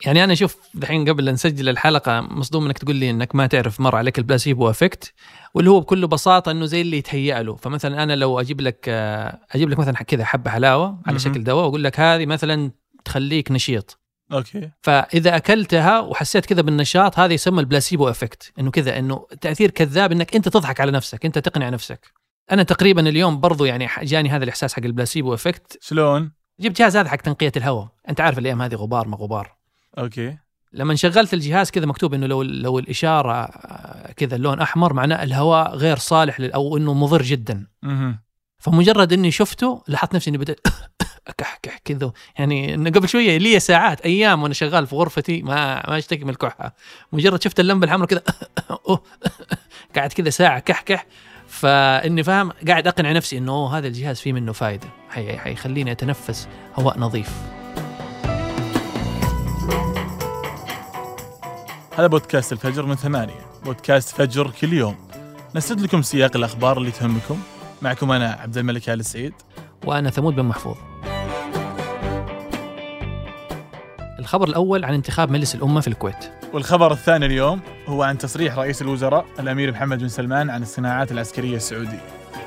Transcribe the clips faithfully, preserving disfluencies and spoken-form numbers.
يعني أنا أشوف الحين قبل أن نسجل الحلقة مصدوم إنك تقول لي إنك ما تعرف مر عليك البلاسيبو إفكت، واللي هو بكل بساطة إنه زي اللي يتهيأ له. فمثلا أنا لو أجيب لك أجيب لك مثلا كذا حبة حلاوة على شكل دواء وأقول لك هذه مثلا تخليك نشيط، أوكي، فإذا أكلتها وحسيت كذا بالنشاط هذا يسمى البلاسيبو إفكت، إنه كذا إنه تأثير كذاب إنك أنت تضحك على نفسك، أنت تقنع نفسك. أنا تقريبا اليوم برضو يعني جاني هذا الإحساس حق البلاسيبو إفكت. شلون؟ جبت جهاز هذا حق تنقية الهواء، أنت عارف الأيام هذه غبار ما غبار. أوكي. لما شغلت الجهاز كذا مكتوب إنه لو لو الإشارة كذا اللون أحمر معناه الهواء غير صالح أو إنه مضر جدا. مه. فمجرد إني شفته لاحظت نفسي إني بدأت أكحكح كذا، يعني إنه قبل شوية لي ساعات أيام وأنا شغال في غرفتي ما ما أشتكي من الكحة، مجرد شفت اللمبة الحمراء كذا قاعد كذا ساعة كحكح. فإني فاهم قاعد أقنع نفسي إنه هذا الجهاز فيه منه فايدة، حي حيخليني أتنفس هواء نظيف. هذا بودكاست الفجر من ثمانية، بودكاست فجر كل يوم نسرد لكم سياق الأخبار اللي تهمكم. معكم أنا عبد الملك آل السعيد، وأنا ثمود بن محفوظ. الخبر الأول عن انتخاب مجلس الأمة في الكويت، والخبر الثاني اليوم هو عن تصريح رئيس الوزراء الأمير محمد بن سلمان عن الصناعات العسكرية السعودية.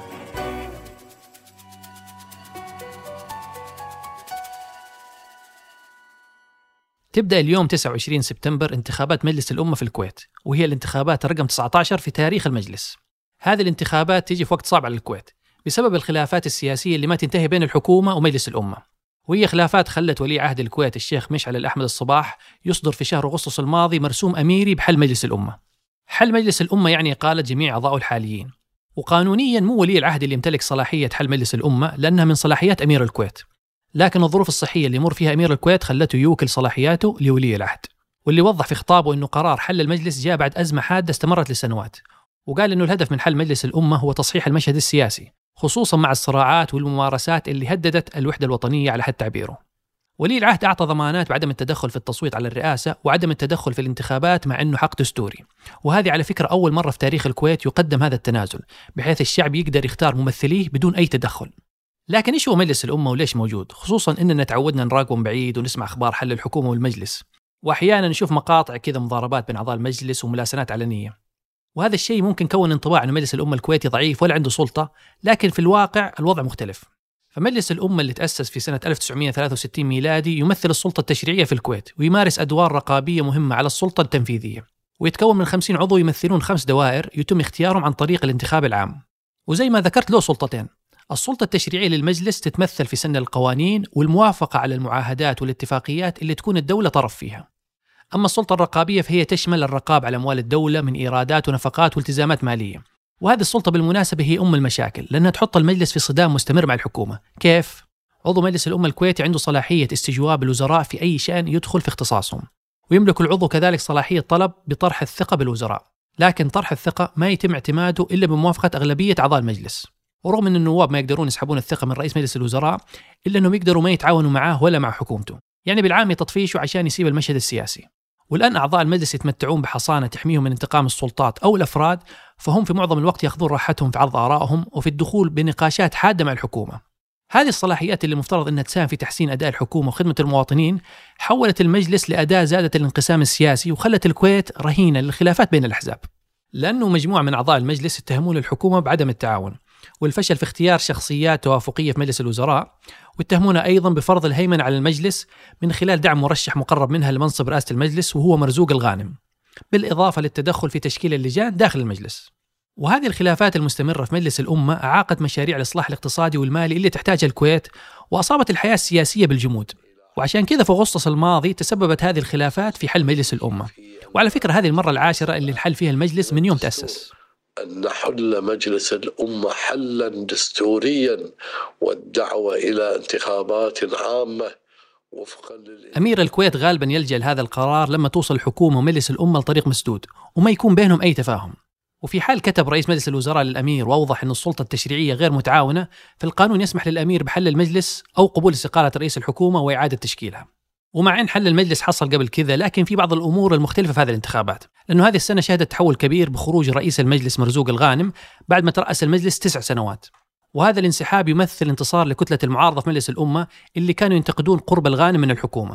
تبدأ اليوم تسعة وعشرين سبتمبر انتخابات مجلس الأمة في الكويت، وهي الانتخابات رقم تسعة عشر في تاريخ المجلس. هذه الانتخابات تيجي في وقت صعب على الكويت بسبب الخلافات السياسية اللي ما تنتهي بين الحكومة ومجلس الأمة، وهي خلافات خلت ولي عهد الكويت الشيخ مشعل الأحمد الصباح يصدر في شهر أغسطس الماضي مرسوم أميري بحل مجلس الأمة. حل مجلس الأمة يعني إقالة جميع أعضائه الحاليين، وقانونيا مو ولي العهد اللي يمتلك صلاحية حل مجلس الأمة لأنها من صلاحيات أمير الكويت، لكن الظروف الصحية اللي يمر فيها أمير الكويت خلته يوكل صلاحياته لولي العهد. واللي وضح في خطابه أنه قرار حل المجلس جاء بعد أزمة حادة استمرت لسنوات، وقال أنه الهدف من حل مجلس الأمة هو تصحيح المشهد السياسي، خصوصا مع الصراعات والممارسات اللي هددت الوحدة الوطنية على حد تعبيره. ولي العهد أعطى ضمانات بعدم التدخل في التصويت على الرئاسة وعدم التدخل في الانتخابات مع أنه حق دستوري، وهذه على فكرة أول مرة في تاريخ الكويت يقدم هذا التنازل بحيث الشعب يقدر يختار ممثليه بدون أي تدخل. لكن إيش هو مجلس الأمة وليش موجود؟ خصوصاً إننا تعودنا نراقبه من بعيد ونسمع أخبار حل الحكومة والمجلس، وأحياناً نشوف مقاطع كذا مضاربات بين أعضاء المجلس وملاسنات علنية، وهذا الشيء ممكن كون انطباع أن مجلس الأمة الكويتي ضعيف ولا عنده سلطة، لكن في الواقع الوضع مختلف. فمجلس الأمة اللي تأسس في سنة ألف وتسعمائة وثلاثة وستين ميلادي يمثل السلطة التشريعية في الكويت، ويمارس أدوار رقابية مهمة على السلطة التنفيذية، ويتكون من خمسين عضو يمثلون خمس دوائر يتم اختيارهم عن طريق الانتخاب العام. وزي ما ذكرت له سلطتين، السلطة التشريعية للمجلس تتمثل في سن القوانين والموافقة على المعاهدات والاتفاقيات اللي تكون الدولة طرف فيها. أما السلطة الرقابية فهي تشمل الرقابة على أموال الدولة من إيرادات ونفقات والتزامات مالية، وهذه السلطة بالمناسبة هي أم المشاكل لأنها تحط المجلس في صدام مستمر مع الحكومة. كيف؟ عضو مجلس الأمة الكويتي عنده صلاحية استجواب الوزراء في أي شأن يدخل في اختصاصهم، ويملك العضو كذلك صلاحية طلب بطرح الثقة بالوزراء، لكن طرح الثقة ما يتم اعتماده إلا بموافقة أغلبية أعضاء المجلس. ورغم أن النواب ما يقدرون يسحبون الثقة من رئيس مجلس الوزراء إلا أنهم يقدروا ما يتعاونوا معاه ولا مع حكومته، يعني بالعام تطفيشه عشان يسيب المشهد السياسي. والآن أعضاء المجلس يتمتعون بحصانة تحميهم من انتقام السلطات أو الأفراد، فهم في معظم الوقت يأخذون راحتهم في عرض آرائهم وفي الدخول بنقاشات حادة مع الحكومة. هذه الصلاحيات اللي مفترض أنها تساهم في تحسين أداء الحكومة وخدمة المواطنين حولت المجلس لأداة زادت الانقسام السياسي وخلت الكويت رهينة للخلافات بين الأحزاب، لأنه مجموعة من أعضاء المجلس يتهمون الحكومة بعدم التعاون والفشل في اختيار شخصيات توافقية في مجلس الوزراء، واتهمونا أيضا بفرض الهيمنة على المجلس من خلال دعم مرشح مقرب منها لمنصب رئاسة المجلس وهو مرزوق الغانم، بالإضافة للتدخل في تشكيل اللجان داخل المجلس. وهذه الخلافات المستمرة في مجلس الأمة أعاقت مشاريع الإصلاح الاقتصادي والمالي اللي تحتاجها الكويت، وأصابت الحياة السياسية بالجمود. وعشان كذا في أغسطس الماضي تسببت هذه الخلافات في حل مجلس الأمة. وعلى فكرة هذه المرة العاشرة اللي نحل فيها المجلس من يوم تأسس. أن نحل مجلس الأمة حلا دستوريا والدعوة إلى انتخابات عامة وفقا لل... أمير الكويت غالبا يلجأ لهذا القرار لما توصل الحكومة ومجلس الأمة لطريق مسدود وما يكون بينهم أي تفاهم. وفي حال كتب رئيس مجلس الوزراء للأمير وأوضح أن السلطة التشريعية غير متعاونة، فالقانون يسمح للأمير بحل المجلس أو قبول استقالة رئيس الحكومة وإعادة تشكيلها. ومع أن حل المجلس حصل قبل كذا، لكن في بعض الأمور المختلفة في هذه الانتخابات، لأنه هذه السنة شهدت تحول كبير بخروج رئيس المجلس مرزوق الغانم بعد ما ترأس المجلس تسع سنوات. وهذا الانسحاب يمثل انتصار لكتلة المعارضة في مجلس الأمة اللي كانوا ينتقدون قرب الغانم من الحكومة.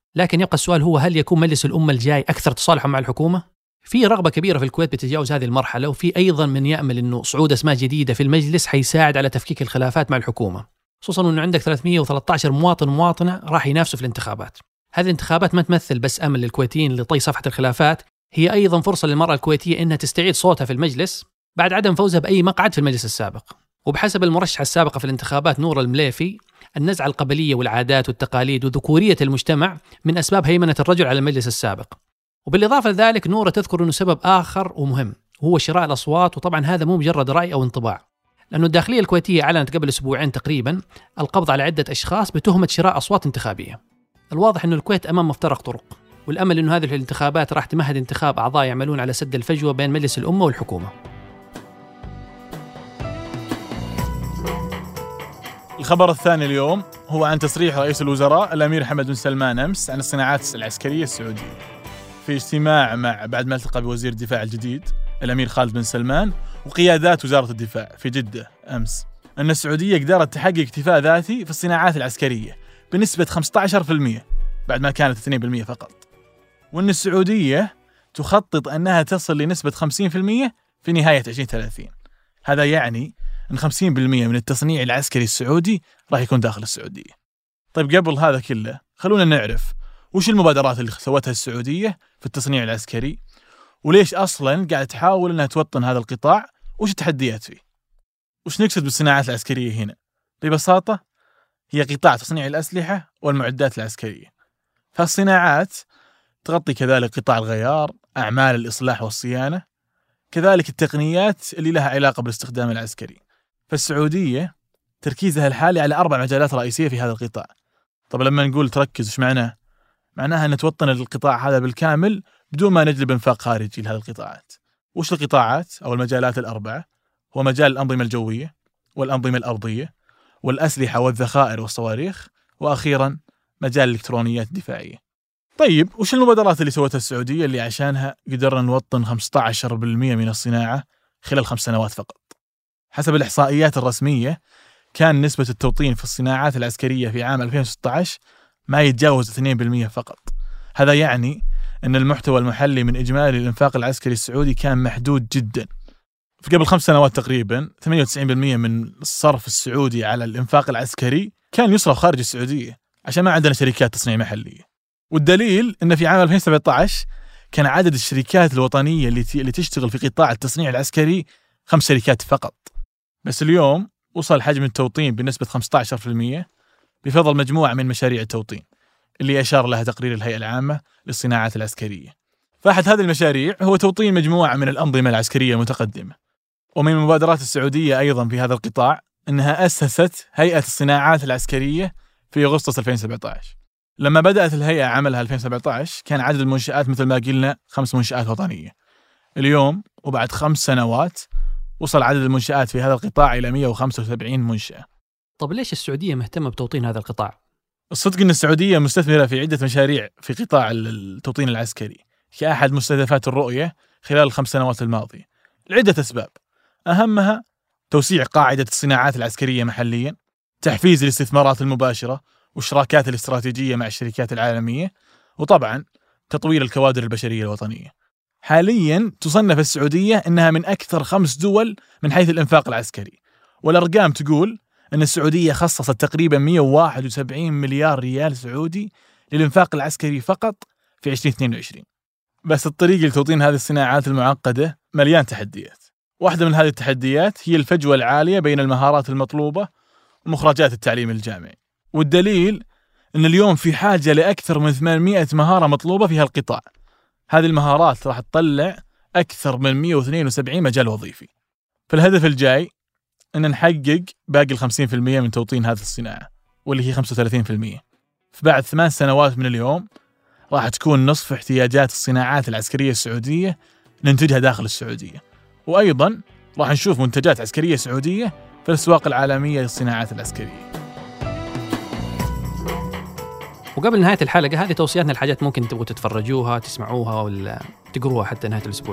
لكن يبقى السؤال هو هل يكون مجلس الأمة الجاي أكثر تصالحا مع الحكومة؟ في رغبة كبيرة في الكويت بتجاوز هذه المرحلة، وفي أيضا من يأمل أنه صعود أسماء جديدة في المجلس حيساعد على تفكيك الخلافات مع الحكومة، خصوصا أنه عندك ثلاثمئة وثلاثة عشر مواطن مواطنة راح ينافسوا في الانتخابات. هذه الانتخابات ما تمثل بس أمل للكويتيين لطي صفحة الخلافات، هي أيضا فرصة للمرأة الكويتية أنها تستعيد صوتها في المجلس بعد عدم فوزها بأي مقعد في المجلس السابق. وبحسب المرشحة السابقة في الانتخابات نورة المليفي، النزعة القبلية والعادات والتقاليد وذكورية المجتمع من أسباب هيمنة الرجل على المجلس السابق. وبالإضافة لذلك نورة تذكر أنه سبب آخر ومهم هو شراء الأصوات، وطبعا هذا مو مجرد رأي أو انطباع، لأنه الداخلية الكويتية أعلنت قبل أسبوعين تقريبا القبض على عدة أشخاص بتهمة شراء أصوات انتخابية. الواضح أنه الكويت أمام مفترق طرق، والأمل أنه هذه الانتخابات راح تمهد انتخاب أعضاء يعملون على سد الفجوة بين مجلس الأمة والحكومة. الخبر الثاني اليوم هو عن تصريح رئيس الوزراء الأمير حمد بن سلمان أمس عن الصناعات العسكرية السعودية في اجتماع مع بعد ما التقى بوزير الدفاع الجديد الأمير خالد بن سلمان وقيادات وزارة الدفاع في جدة أمس، أن السعودية قدرت تحقق اكتفاء ذاتي في الصناعات العسكرية بنسبة خمسة عشر بالمئة بعد ما كانت اثنين بالمئة فقط، وأن السعودية تخطط أنها تصل لنسبة خمسين بالمئة في نهاية عشرين ثلاثين. هذا يعني أن خمسين بالمئة من التصنيع العسكري السعودي راح يكون داخل السعودية. طيب قبل هذا كله خلونا نعرف وش المبادرات اللي سوتها السعودية في التصنيع العسكري، وليش أصلاً قاعد تحاول أنها توطن هذا القطاع، وش التحديات فيه، وش نقصد بالصناعات العسكرية هنا. ببساطة هي قطاع تصنيع الأسلحة والمعدات العسكرية، فالصناعات تغطي كذلك قطاع الغيار، أعمال الإصلاح والصيانة، كذلك التقنيات اللي لها علاقة بالاستخدام العسكري. فالسعودية تركيزها الحالي على أربع مجالات رئيسية في هذا القطاع. طب لما نقول تركز وش معناه؟ معناها أن توطن القطاع هذا بالكامل بدون ما نجلب انفاق خارجي لهذه القطاعات. وش القطاعات أو المجالات الأربعة؟ هو مجال الأنظمة الجوية والأنظمة الأرضية والأسلحة والذخائر والصواريخ، وأخيرا مجال الإلكترونيات الدفاعية. طيب وش المبادرات اللي سوتها السعودية اللي عشانها قدرنا نوطن خمسة عشر بالمئة من الصناعة خلال خمس سنوات فقط؟ حسب الإحصائيات الرسمية كان نسبة التوطين في الصناعات العسكرية في عام ألفين وستة عشر ما يتجاوز اثنين بالمئة فقط. هذا يعني أن المحتوى المحلي من إجمالي الإنفاق العسكري السعودي كان محدود جدا. في قبل خمس سنوات تقريبا ثمانية وتسعين بالمئة من الصرف السعودي على الإنفاق العسكري كان يصرف خارج السعودية عشان ما عندنا شركات تصنيع محلية. والدليل أن في عام ألفين وسبعة عشر كان عدد الشركات الوطنية اللي اللي تشتغل في قطاع التصنيع العسكري خمس شركات فقط. بس اليوم وصل حجم التوطين بنسبة خمسة عشر بالمئة بفضل مجموعة من مشاريع التوطين اللي أشار لها تقرير الهيئة العامة للصناعات العسكرية. فأحد هذه المشاريع هو توطين مجموعة من الأنظمة العسكرية المتقدمة. ومن المبادرات السعودية أيضا في هذا القطاع أنها أسست هيئة الصناعات العسكرية في أغسطس ألفين وسبعة عشر. لما بدأت الهيئة عملها ألفين وسبعة عشر كان عدد المنشآت مثل ما قلنا خمس منشآت وطنية. اليوم وبعد خمس سنوات وصل عدد المنشآت في هذا القطاع إلى مئة وخمسة وسبعين منشأة. طب ليش السعودية مهتمة بتوطين هذا القطاع؟ الصدق أن السعودية مستثمرة في عدة مشاريع في قطاع التوطين العسكري كأحد مستهدفات الرؤية خلال الخمس سنوات الماضية لعدة أسباب، أهمها توسيع قاعدة الصناعات العسكرية محليا، تحفيز الاستثمارات المباشرة والشراكات الاستراتيجية مع الشركات العالمية، وطبعا تطوير الكوادر البشرية الوطنية. حاليا تصنف السعودية أنها من أكثر خمس دول من حيث الإنفاق العسكري، والأرقام تقول أن السعودية خصصت تقريبا مئة وواحد وسبعين مليار ريال سعودي للإنفاق العسكري فقط في عشرين اثنين وعشرين. بس الطريق لتوطين هذه الصناعات المعقدة مليان تحديات. واحدة من هذه التحديات هي الفجوة العالية بين المهارات المطلوبة ومخرجات التعليم الجامعي، والدليل أن اليوم في حاجة لأكثر من ثمانمئة مهارة مطلوبة في هالقطاع. هذه المهارات راح تطلع أكثر من مئة واثنين وسبعين مجال وظيفي. فالهدف الجاي أن نحقق باقي الخمسين بالمئة من توطين هذه الصناعة واللي هي خمسة وثلاثين بالمئة. فبعد ثمان سنوات من اليوم راح تكون نصف احتياجات الصناعات العسكرية السعودية ننتجها داخل السعودية، وأيضا راح نشوف منتجات عسكرية سعودية في الأسواق العالمية للصناعات العسكرية. وقبل نهاية الحلقة هذه توصياتنا الحاجات ممكن تبغوا تتفرجوها تسمعوها ولا تقروها حتى نهاية الأسبوع.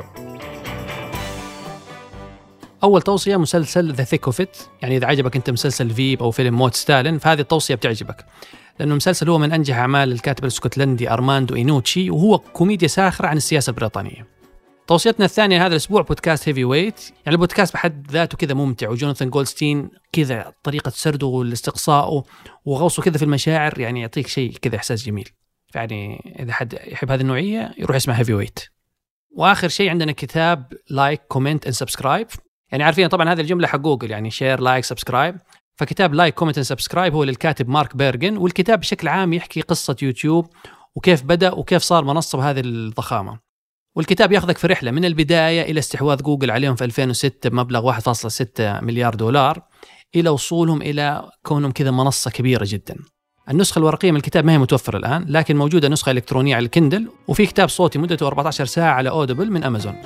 أول توصية مسلسل The Thick of It، يعني إذا عجبك أنت مسلسل فيب أو فيلم موت ستالين فهذه التوصية بتعجبك. لأنه المسلسل هو من أنجح أعمال الكاتب الاسكتلندي أرماندو إينوتشي، وهو كوميديا ساخرة عن السياسة البريطانية. توصيتنا الثانية هذا الأسبوع بودكاست هيفي ويت. يعني البودكاست بحد ذاته كذا ممتع، وجوناثان جولدستين كذا طريقة سرده والاستقصاء وغوصه كذا في المشاعر، يعني يعطيك شيء كذا إحساس جميل. يعني إذا حد يحب هذه النوعية يروح يسمع هيفي ويت. وآخر شيء عندنا كتاب لايك كومنت اند سبسكرايب. يعني عارفين طبعا هذه الجملة حق جوجل، يعني شير لايك سبسكرايب. فكتاب لايك كومنت اند سبسكرايب هو للكاتب مارك بيرغن، والكتاب بشكل عام يحكي قصة يوتيوب وكيف بدأ وكيف صار منصة بهذه الضخامة. والكتاب ياخذك في رحلة من البداية إلى استحواذ جوجل عليهم في ألفين وستة بمبلغ واحد فاصلة ستة مليار دولار، إلى وصولهم إلى كونهم كذا منصة كبيرة جدا. النسخة الورقية من الكتاب ما هي متوفرة الآن، لكن موجودة نسخة إلكترونية على الكندل، وفي كتاب صوتي مدته أربعة عشر ساعة على أوديبل من أمازون.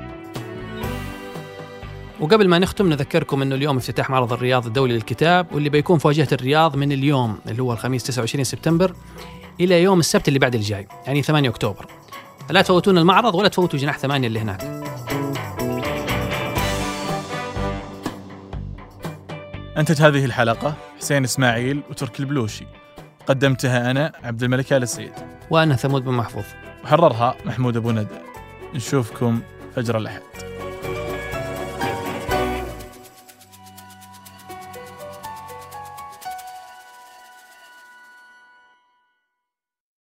وقبل ما نختم نذكركم أنه اليوم افتتاح معرض الرياض الدولي للكتاب، واللي بيكون في واجهة الرياض من اليوم اللي هو الخميس تسعة وعشرين سبتمبر إلى يوم السبت اللي بعد الجاي، يعني ثمانية أكتوبر. لا تفوتون المعرض ولا تفوتوا جناح ثمانية اللي هناك. أنتج هذه الحلقة حسين إسماعيل وتركي البلوشي، قدمتها أنا عبد الملك آل السيد، وأنا ثمود بن محفوظ، وحررها محمود أبو ندى. نشوفكم فجر الأحد.